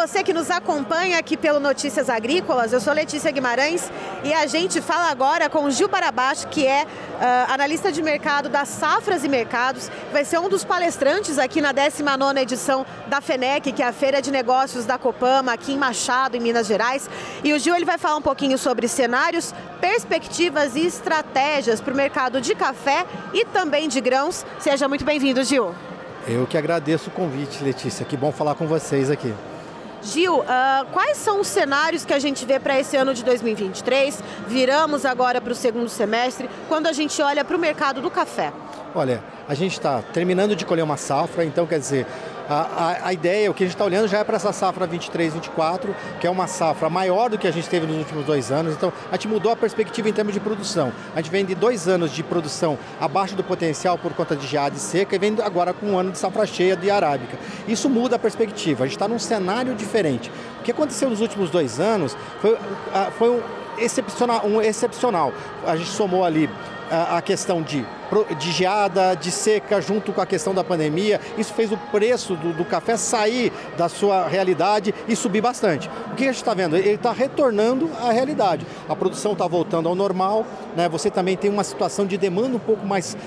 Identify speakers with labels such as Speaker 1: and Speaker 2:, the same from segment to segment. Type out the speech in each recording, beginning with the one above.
Speaker 1: você que nos acompanha aqui pelo Notícias Agrícolas. Eu sou Letícia Guimarães e a gente fala agora com o Gil Barabás, que é analista de mercado da Safras e Mercados. Vai ser um dos palestrantes aqui na 19ª edição da FENEC, que é a Feira de Negócios da Copama, aqui em Machado, em Minas Gerais. E o Gil ele vai falar um pouquinho sobre cenários, perspectivas e estratégias para o mercado de café e também de grãos. Seja muito bem-vindo, Gil.
Speaker 2: Eu que agradeço o convite, Letícia. Que bom falar com vocês aqui.
Speaker 1: Gil, quais são os cenários que a gente vê para esse ano de 2023? Viramos agora para o segundo semestre, quando a gente olha para o mercado do café.
Speaker 2: Olha, a gente está terminando de colher uma safra, então quer dizer, a ideia, o que a gente está olhando já é para essa safra 23-24, que é uma safra maior do que a gente teve nos últimos 2 anos, então a gente mudou a perspectiva em termos de produção. A gente vem de 2 anos de produção abaixo do potencial por conta de geada e seca e vem agora com um ano de safra cheia de arábica. Isso muda a perspectiva, a gente está num cenário diferente. O que aconteceu nos últimos 2 anos foi um excepcional. A gente somou ali a questão de geada, de seca, junto com a questão da pandemia. Isso fez o preço do café sair da sua realidade e subir bastante. O que a gente está vendo? Ele está retornando à realidade. A produção está voltando ao normal, né? Você também tem uma situação de demanda um pouco mais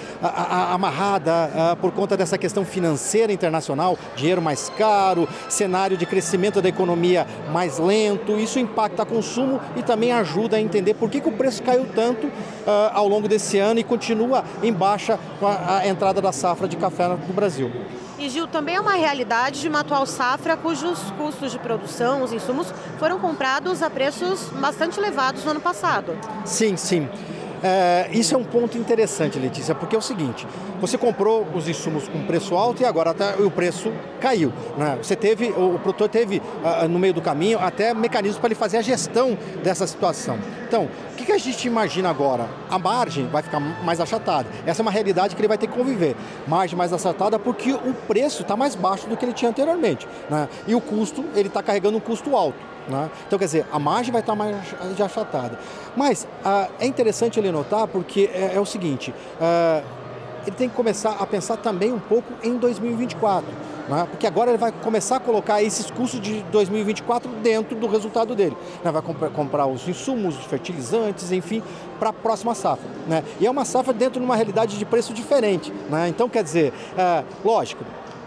Speaker 2: amarrada por conta dessa questão financeira internacional, dinheiro mais caro, cenário de crescimento da economia mais lento. Isso impacta o consumo e também ajuda a entender por que o preço caiu tanto ao longo desse ano e continua em baixa com a entrada da safra de café no Brasil.
Speaker 1: E Gil, também é uma realidade de uma atual safra cujos custos de produção, os insumos, foram comprados a preços bastante elevados no ano passado.
Speaker 2: Sim, sim. Isso é um ponto interessante, Letícia, porque é o seguinte, você comprou os insumos com preço alto e agora o preço caiu, né? O produtor teve no meio do caminho até mecanismos para ele fazer a gestão dessa situação. Então, o que a gente imagina agora? A margem vai ficar mais achatada. Essa é uma realidade que ele vai ter que conviver. Margem mais achatada porque o preço está mais baixo do que ele tinha anteriormente, né? E o custo, ele está carregando um custo alto, né? Então, quer dizer, a margem vai estar mais achatada. Mas é interessante ele notar porque é o seguinte, ele tem que começar a pensar também um pouco em 2024. Né? Porque agora ele vai começar a colocar esses custos de 2024 dentro do resultado dele. Né? Vai comprar os insumos, os fertilizantes, enfim, para a próxima safra. Né? E é uma safra dentro de uma realidade de preço diferente. Né? Então, quer dizer, lógico,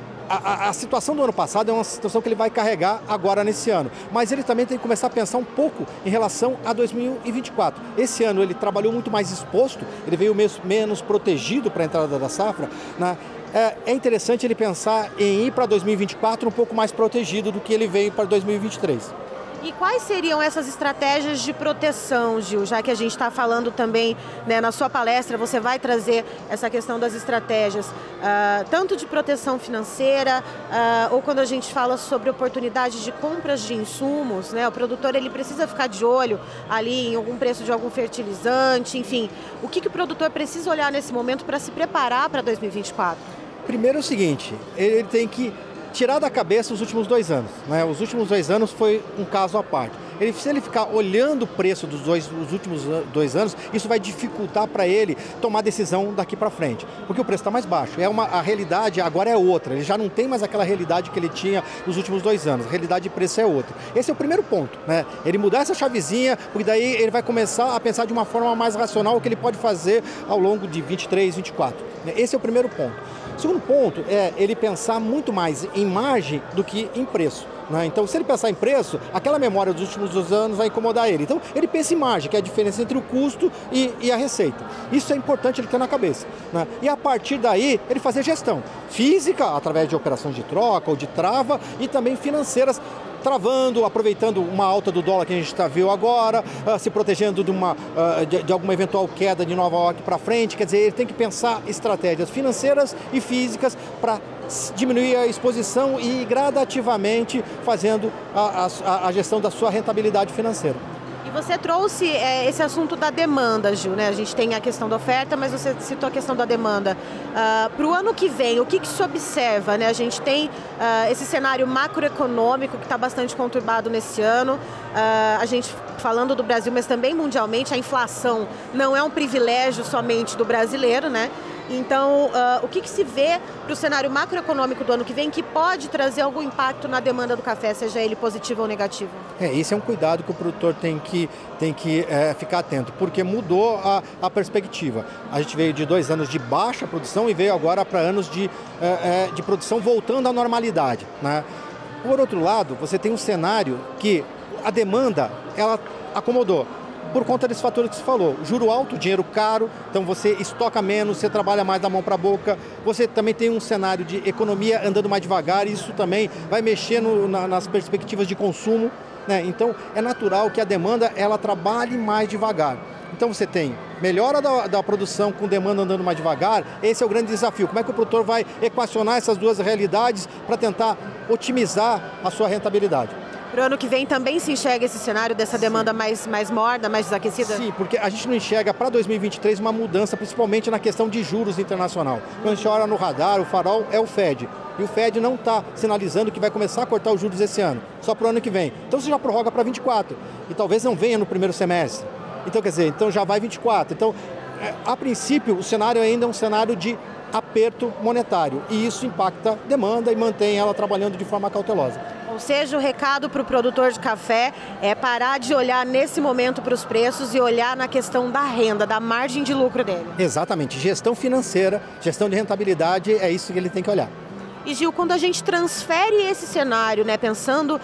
Speaker 2: a situação do ano passado é uma situação que ele vai carregar agora nesse ano, mas ele também tem que começar a pensar um pouco em relação a 2024. Esse ano ele trabalhou muito mais exposto, ele veio menos protegido para a entrada da safra, né? É interessante ele pensar em ir para 2024 um pouco mais protegido do que ele veio para 2023.
Speaker 1: E quais seriam essas estratégias de proteção, Gil? Já que a gente está falando também, né, na sua palestra, você vai trazer essa questão das estratégias, tanto de proteção financeira, ou quando a gente fala sobre oportunidade de compras de insumos, né? O produtor ele precisa ficar de olho ali em algum preço de algum fertilizante, enfim. O que o produtor precisa olhar nesse momento para se preparar para 2024?
Speaker 2: Primeiro é o seguinte, ele tem que tirar da cabeça os últimos 2 anos. Né? Os últimos 2 anos foi um caso à parte. Se ele ficar olhando o preço dos últimos 2 anos, isso vai dificultar para ele tomar decisão daqui para frente, porque o preço está mais baixo. A realidade agora é outra, ele já não tem mais aquela realidade que ele tinha nos últimos 2 anos, a realidade de preço é outra. Esse é o primeiro ponto, né? Ele mudar essa chavezinha, porque daí ele vai começar a pensar de uma forma mais racional o que ele pode fazer ao longo de 23, 24. Esse é o primeiro ponto. O segundo ponto é ele pensar muito mais em margem do que em preço. Né? Então, se ele pensar em preço, aquela memória dos últimos 2 anos vai incomodar ele. Então, ele pensa em margem, que é a diferença entre o custo e a receita. Isso é importante ele ter na cabeça. Né? E a partir daí, ele fazer gestão física, através de operações de troca ou de trava, e também financeiras, travando, aproveitando uma alta do dólar que a gente viu agora, se protegendo de alguma eventual queda de Nova York para frente. Quer dizer, ele tem que pensar estratégias financeiras e físicas para diminuir a exposição e gradativamente fazendo a gestão da sua rentabilidade financeira.
Speaker 1: Você trouxe esse assunto da demanda, Gil, né? A gente tem a questão da oferta, mas você citou a questão da demanda. Para o ano que vem, o que se observa, né? A gente tem esse cenário macroeconômico que está bastante conturbado nesse ano. A gente falando do Brasil, mas também mundialmente, a inflação não é um privilégio somente do brasileiro, né? Então, o que se vê para o cenário macroeconômico do ano que vem que pode trazer algum impacto na demanda do café, seja ele positivo ou negativo?
Speaker 2: Esse é um cuidado que o produtor tem que ficar atento, porque mudou a perspectiva. A gente veio de 2 anos de baixa produção e veio agora para anos de produção voltando à normalidade, né? Por outro lado, você tem um cenário que a demanda, ela acomodou. Por conta desse fator que você falou, juro alto, dinheiro caro, então você estoca menos, você trabalha mais da mão para a boca, você também tem um cenário de economia andando mais devagar, e isso também vai mexer nas perspectivas de consumo, né? Então é natural que a demanda ela trabalhe mais devagar. Então você tem melhora da produção com demanda andando mais devagar, esse é o grande desafio. Como é que o produtor vai equacionar essas duas realidades para tentar otimizar a sua rentabilidade?
Speaker 1: Para o ano que vem também se enxerga esse cenário dessa demanda mais morna, mais desaquecida?
Speaker 2: Sim, porque a gente não enxerga para 2023 uma mudança, principalmente na questão de juros internacional. Quando a gente olha no radar, o farol é o Fed. E o Fed não está sinalizando que vai começar a cortar os juros esse ano, só para o ano que vem. Então você já prorroga para 24 e talvez não venha no primeiro semestre. Então, quer dizer, então já vai 24. Então, a princípio, o cenário ainda é um cenário de aperto monetário. E isso impacta a demanda e mantém ela trabalhando de forma cautelosa.
Speaker 1: Ou seja, o recado para o produtor de café é parar de olhar nesse momento para os preços e olhar na questão da renda, da margem de lucro dele.
Speaker 2: Exatamente. Gestão financeira, gestão de rentabilidade, é isso que ele tem que olhar.
Speaker 1: E Gil, quando a gente transfere esse cenário, né, pensando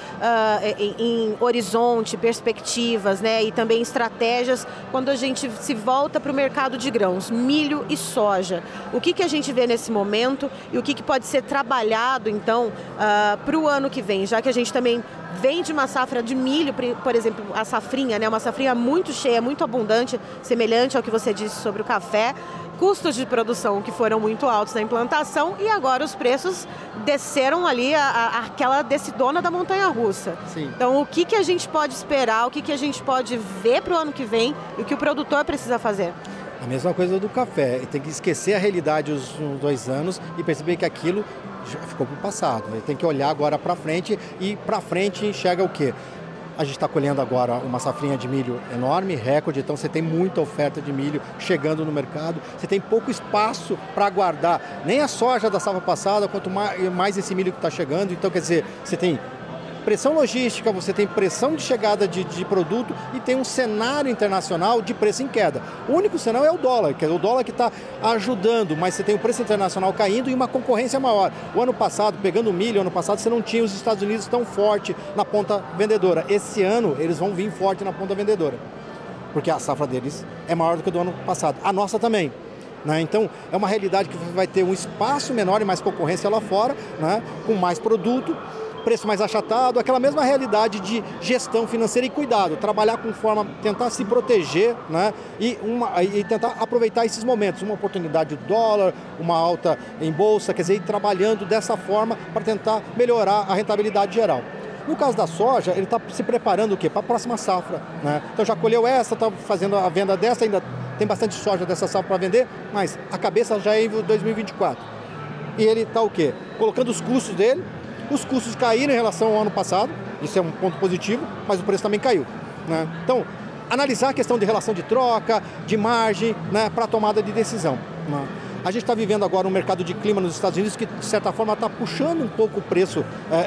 Speaker 1: em horizonte, perspectivas, né, e também estratégias, quando a gente se volta para o mercado de grãos, milho e soja, o que a gente vê nesse momento e o que pode ser trabalhado, então, para o ano que vem, já que a gente também vem de uma safra de milho, por exemplo, a safrinha, né, uma safrinha muito cheia, muito abundante, semelhante ao que você disse sobre o café, custos de produção que foram muito altos na implantação e agora os preços desceram ali aquela descidona da montanha-russa.
Speaker 2: Sim.
Speaker 1: Então, o que a gente pode esperar, o que a gente pode ver para o ano que vem e o que o produtor precisa fazer?
Speaker 2: A mesma coisa do café, tem que esquecer a realidade dos 2 anos e perceber que aquilo já ficou para o passado. Ele tem que olhar agora para frente e para frente enxerga o quê? A gente está colhendo agora uma safrinha de milho enorme, recorde, então você tem muita oferta de milho chegando no mercado, você tem pouco espaço para guardar nem a soja da safra passada, quanto mais esse milho que está chegando, então quer dizer, você tem pressão logística, você tem pressão de chegada de produto e tem um cenário internacional de preço em queda. O único cenário é o dólar, que é o dólar que está ajudando, mas você tem o preço internacional caindo e uma concorrência maior. O ano passado, pegando milho, ano passado você não tinha os Estados Unidos tão forte na ponta vendedora. Esse ano eles vão vir forte na ponta vendedora, porque a safra deles é maior do que a do ano passado. A nossa também. Né? Então, é uma realidade que vai ter um espaço menor e mais concorrência lá fora, né? Com mais produto, preço mais achatado, aquela mesma realidade de gestão financeira e cuidado, trabalhar com forma, tentar se proteger, né? E tentar aproveitar esses momentos, uma oportunidade de dólar, uma alta em bolsa, quer dizer, ir trabalhando dessa forma para tentar melhorar a rentabilidade geral. No caso da soja, ele está se preparando o quê? Para a próxima safra, né? Então já colheu essa, está fazendo a venda dessa, ainda tem bastante soja dessa safra para vender, mas a cabeça já é em 2024. E ele está o quê? Colocando os custos dele. Os custos caíram em relação ao ano passado, isso é um ponto positivo, mas o preço também caiu, né? Então, analisar a questão de relação de troca, de margem, né, para a tomada de decisão, né? A gente está vivendo agora um mercado de clima nos Estados Unidos que, de certa forma, está puxando um pouco o preço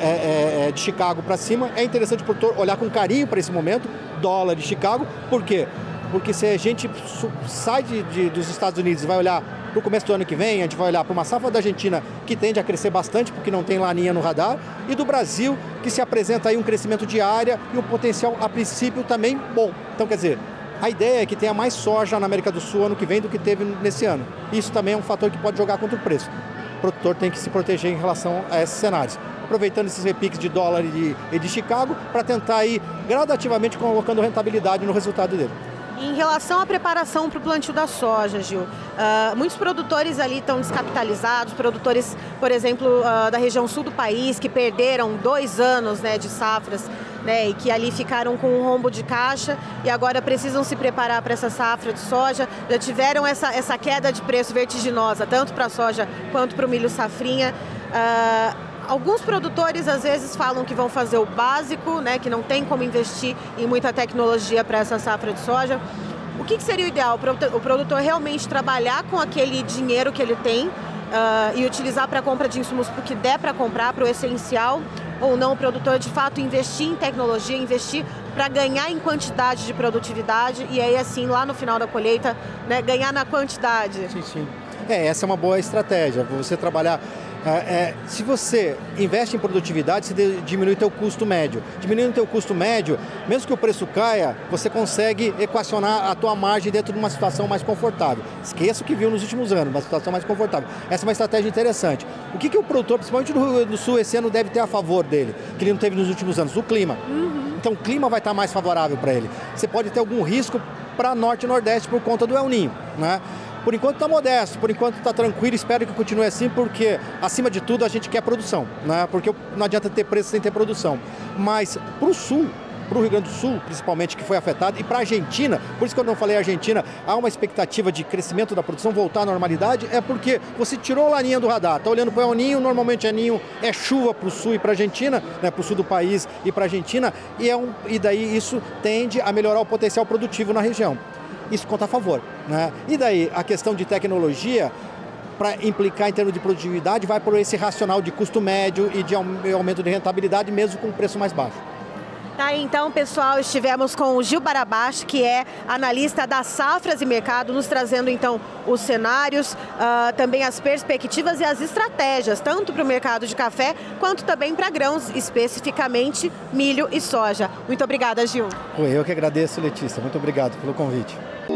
Speaker 2: de Chicago para cima. É interessante o produtor olhar com carinho para esse momento, dólar de Chicago. Por quê? Porque se a gente sai dos Estados Unidos e vai olhar para o começo do ano que vem, a gente vai olhar para uma safra da Argentina que tende a crescer bastante, porque não tem laninha no radar, e do Brasil, que se apresenta aí um crescimento de área e um potencial, a princípio, também bom. Então, quer dizer, a ideia é que tenha mais soja na América do Sul ano que vem do que teve nesse ano. Isso também é um fator que pode jogar contra o preço. O produtor tem que se proteger em relação a esses cenários. Aproveitando esses repiques de dólar e de Chicago para tentar ir gradativamente colocando rentabilidade no resultado dele.
Speaker 1: Em relação à preparação para o plantio da soja, Gil, muitos produtores ali estão descapitalizados, produtores, por exemplo, da região sul do país, que perderam 2 anos, né, de safras, né, e que ali ficaram com um rombo de caixa e agora precisam se preparar para essa safra de soja, já tiveram essa queda de preço vertiginosa, tanto para a soja quanto para o milho safrinha. Alguns produtores às vezes falam que vão fazer o básico, né, que não tem como investir em muita tecnologia para essa safra de soja. O que seria o ideal? O produtor realmente trabalhar com aquele dinheiro que ele tem e utilizar para a compra de insumos para o que der para comprar, para o essencial, ou não, o produtor de fato investir em tecnologia, investir para ganhar em quantidade de produtividade e aí assim lá no final da colheita, né, ganhar na quantidade.
Speaker 2: Sim, sim. Essa é uma boa estratégia, você trabalhar. Se você investe em produtividade, você diminui o teu custo médio. Diminuindo o teu custo médio, mesmo que o preço caia, você consegue equacionar a tua margem dentro de uma situação mais confortável. Esqueça o que viu nos últimos anos, uma situação mais confortável. Essa é uma estratégia interessante. O que o produtor, principalmente no Rio Grande do Sul, esse ano deve ter a favor dele, que ele não teve nos últimos anos? O clima. Então o clima vai estar mais favorável para ele. Você pode ter algum risco para Norte e Nordeste por conta do El Niño, né? Por enquanto está modesto, por enquanto está tranquilo, espero que continue assim, porque acima de tudo a gente quer produção, né? Porque não adianta ter preço sem ter produção. Mas para o Sul, para o Rio Grande do Sul, principalmente, que foi afetado, e para a Argentina, por isso que eu não falei Argentina, há uma expectativa de crescimento da produção, voltar à normalidade, é porque você tirou a laninha do radar, está olhando para o El Niño, normalmente El Niño é chuva para o Sul e para a Argentina, né, para o sul do país e para a Argentina, e daí isso tende a melhorar o potencial produtivo na região. Isso conta a favor, né? E daí a questão de tecnologia, para implicar em termos de produtividade, vai por esse racional de custo médio e de aumento de rentabilidade, mesmo com um preço mais baixo.
Speaker 1: Tá, então, pessoal, estivemos com o Gil Barabás, que é analista das safras e mercado, nos trazendo, então, os cenários, também as perspectivas e as estratégias, tanto para o mercado de café, quanto também para grãos, especificamente milho e soja. Muito obrigada, Gil.
Speaker 2: Eu que agradeço, Letícia. Muito obrigado pelo convite.